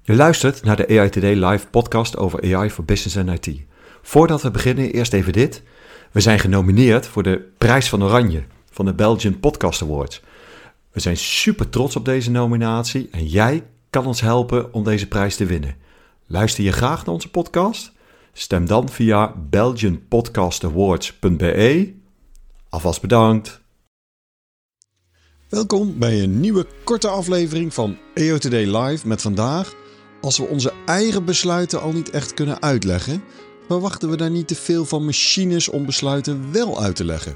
Je luistert naar de AI Today Live podcast over AI voor Business en IT. Voordat we beginnen, eerst even dit. We zijn genomineerd voor de Prijs van Oranje van de Belgian Podcast Awards. We zijn super trots op deze nominatie en jij kan ons helpen om deze prijs te winnen. Luister je graag naar onze podcast? Stem dan via belgianpodcastawards.be. Alvast bedankt. Welkom bij een nieuwe korte aflevering van AI Today Live met vandaag. Als we onze eigen besluiten al niet echt kunnen uitleggen, verwachten we daar niet te veel van machines om besluiten wel uit te leggen.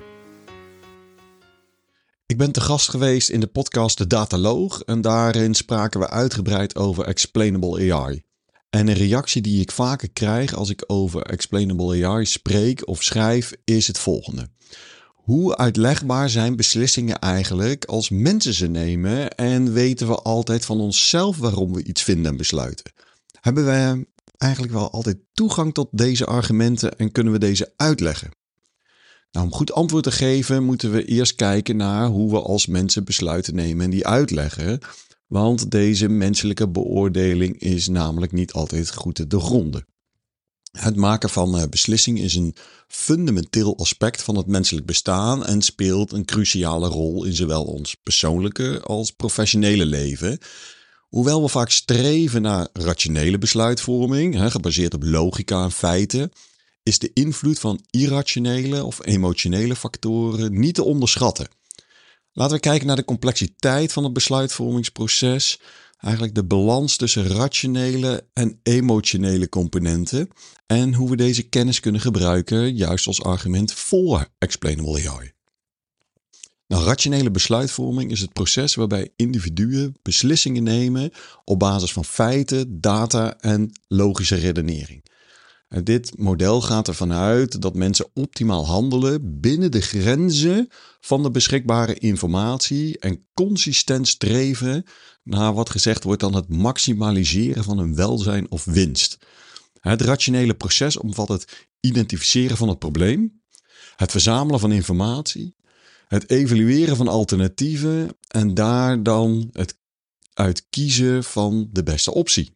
Ik ben te gast geweest in de podcast De Dataloog en daarin spraken we uitgebreid over Explainable AI. En een reactie die ik vaker krijg als ik over Explainable AI spreek of schrijf is het volgende. Hoe uitlegbaar zijn beslissingen eigenlijk als mensen ze nemen en weten we altijd van onszelf waarom we iets vinden en besluiten? Hebben we eigenlijk wel altijd toegang tot deze argumenten en kunnen we deze uitleggen? Nou, om goed antwoord te geven moeten we eerst kijken naar hoe we als mensen besluiten nemen en die uitleggen. Want deze menselijke beoordeling is namelijk niet altijd goed te doorgronden. Het maken van beslissingen is een fundamenteel aspect van het menselijk bestaan en speelt een cruciale rol in zowel ons persoonlijke als professionele leven. Hoewel we vaak streven naar rationele besluitvorming, gebaseerd op logica en feiten, is de invloed van irrationele of emotionele factoren niet te onderschatten. Laten we kijken naar de complexiteit van het besluitvormingsproces. Eigenlijk de balans tussen rationele en emotionele componenten en hoe we deze kennis kunnen gebruiken juist als argument voor Explainable AI. Nou, rationele besluitvorming is het proces waarbij individuen beslissingen nemen op basis van feiten, data en logische redenering. En dit model gaat ervan uit dat mensen optimaal handelen binnen de grenzen van de beschikbare informatie en consistent streven naar wat gezegd wordt dan het maximaliseren van hun welzijn of winst. Het rationele proces omvat het identificeren van het probleem, het verzamelen van informatie, het evalueren van alternatieven en daar dan het uitkiezen van de beste optie.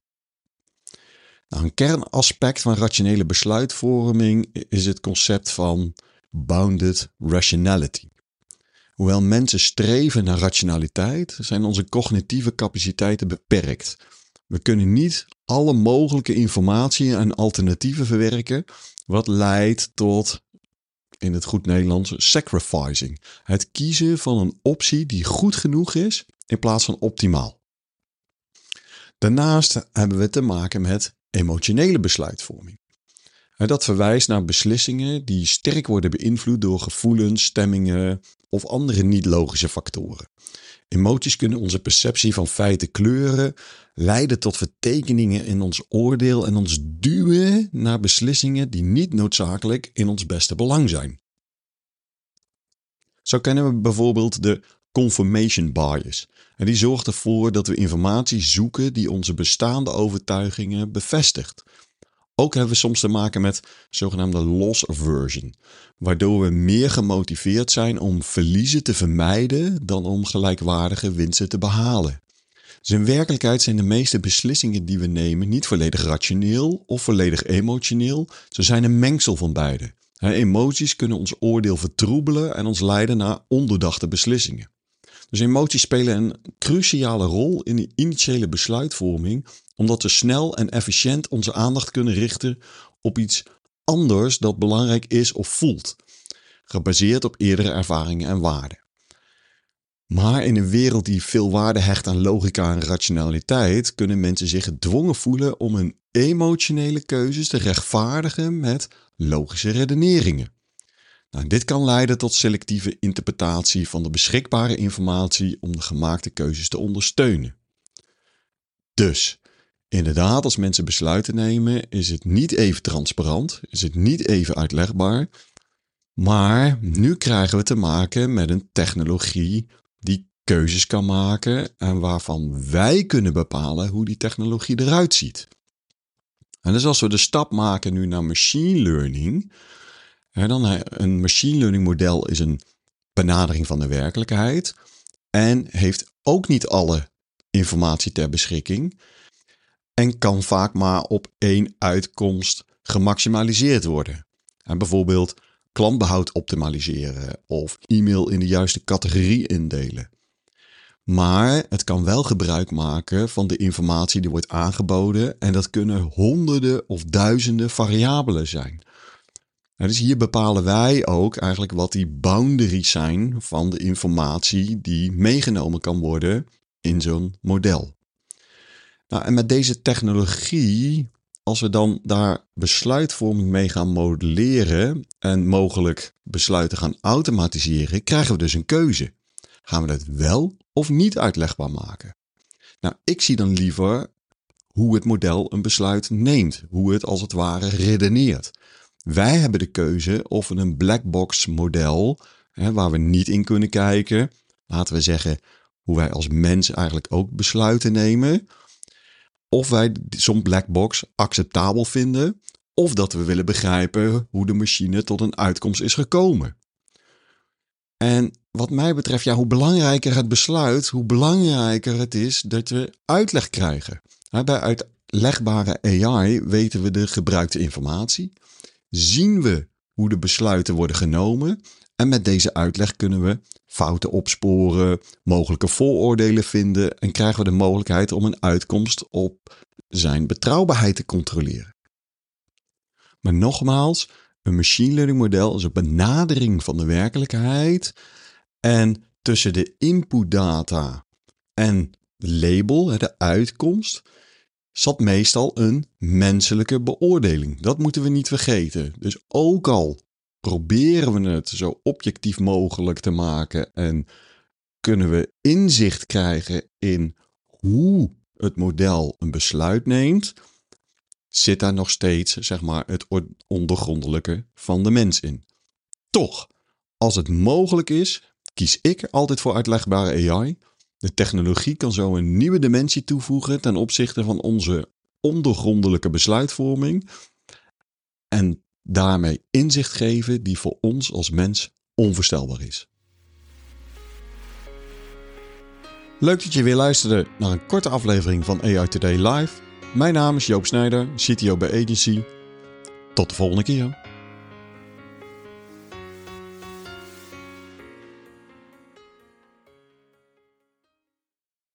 Nou, een kernaspect van rationele besluitvorming is het concept van bounded rationality. Hoewel mensen streven naar rationaliteit, zijn onze cognitieve capaciteiten beperkt. We kunnen niet alle mogelijke informatie en alternatieven verwerken, wat leidt tot, in het goed Nederlands, sacrificing. Het kiezen van een optie die goed genoeg is in plaats van optimaal. Daarnaast hebben we te maken met emotionele besluitvorming. Dat verwijst naar beslissingen die sterk worden beïnvloed door gevoelens, stemmingen of andere niet-logische factoren. Emoties kunnen onze perceptie van feiten kleuren, leiden tot vertekeningen in ons oordeel en ons duwen naar beslissingen die niet noodzakelijk in ons beste belang zijn. Zo kennen we bijvoorbeeld de confirmation bias. En die zorgt ervoor dat we informatie zoeken die onze bestaande overtuigingen bevestigt. Ook hebben we soms te maken met zogenaamde loss aversion, waardoor we meer gemotiveerd zijn om verliezen te vermijden dan om gelijkwaardige winsten te behalen. Dus in werkelijkheid zijn de meeste beslissingen die we nemen niet volledig rationeel of volledig emotioneel. Ze zijn een mengsel van beide. Emoties kunnen ons oordeel vertroebelen en ons leiden naar ondoordachte beslissingen. Dus emoties spelen een cruciale rol in de initiële besluitvorming, omdat we snel en efficiënt onze aandacht kunnen richten op iets anders dat belangrijk is of voelt, gebaseerd op eerdere ervaringen en waarden. Maar in een wereld die veel waarde hecht aan logica en rationaliteit, kunnen mensen zich gedwongen voelen om hun emotionele keuzes te rechtvaardigen met logische redeneringen. Nou, dit kan leiden tot selectieve interpretatie van de beschikbare informatie om de gemaakte keuzes te ondersteunen. Dus, inderdaad, als mensen besluiten nemen, is het niet even transparant, is het niet even uitlegbaar, maar nu krijgen we te maken met een technologie die keuzes kan maken en waarvan wij kunnen bepalen hoe die technologie eruit ziet. En dus als we de stap maken nu naar machine learning, dan een machine learning model is een benadering van de werkelijkheid en heeft ook niet alle informatie ter beschikking. en kan vaak maar op één uitkomst gemaximaliseerd worden. En bijvoorbeeld klantbehoud optimaliseren of e-mail in de juiste categorie indelen. Maar het kan wel gebruik maken van de informatie die wordt aangeboden en dat kunnen honderden of duizenden variabelen zijn. Dus hier bepalen wij ook eigenlijk wat die boundaries zijn van de informatie die meegenomen kan worden in zo'n model. Nou, en met deze technologie, als we dan daar besluitvorming mee gaan modelleren en mogelijk besluiten gaan automatiseren, krijgen we dus een keuze. Gaan we dat wel of niet uitlegbaar maken? Nou, ik zie dan liever hoe het model een besluit neemt, hoe het als het ware redeneert. Wij hebben de keuze of we een blackbox model, waar we niet in kunnen kijken, laten we zeggen hoe wij als mens eigenlijk ook besluiten nemen, of wij zo'n blackbox acceptabel vinden, of dat we willen begrijpen hoe de machine tot een uitkomst is gekomen. En wat mij betreft, hoe belangrijker het besluit, hoe belangrijker het is dat we uitleg krijgen. Bij uitlegbare AI weten we de gebruikte informatie, zien we hoe de besluiten worden genomen en met deze uitleg kunnen we fouten opsporen, mogelijke vooroordelen vinden en krijgen we de mogelijkheid om een uitkomst op zijn betrouwbaarheid te controleren. Maar nogmaals, een machine learning model is een benadering van de werkelijkheid en tussen de input data en de label, de uitkomst, zat meestal een menselijke beoordeling. Dat moeten we niet vergeten. Dus ook al proberen we het zo objectief mogelijk te maken en kunnen we inzicht krijgen in hoe het model een besluit neemt, zit daar nog steeds het ondergrondelijke van de mens in. Toch, als het mogelijk is, kies ik altijd voor uitlegbare AI. De technologie kan zo een nieuwe dimensie toevoegen ten opzichte van onze ondergrondelijke besluitvorming en daarmee inzicht geven die voor ons als mens onvoorstelbaar is. Leuk dat je weer luisterde naar een korte aflevering van AI Today Live. Mijn naam is Joop Snijder, CTO bij Agency. Tot de volgende keer.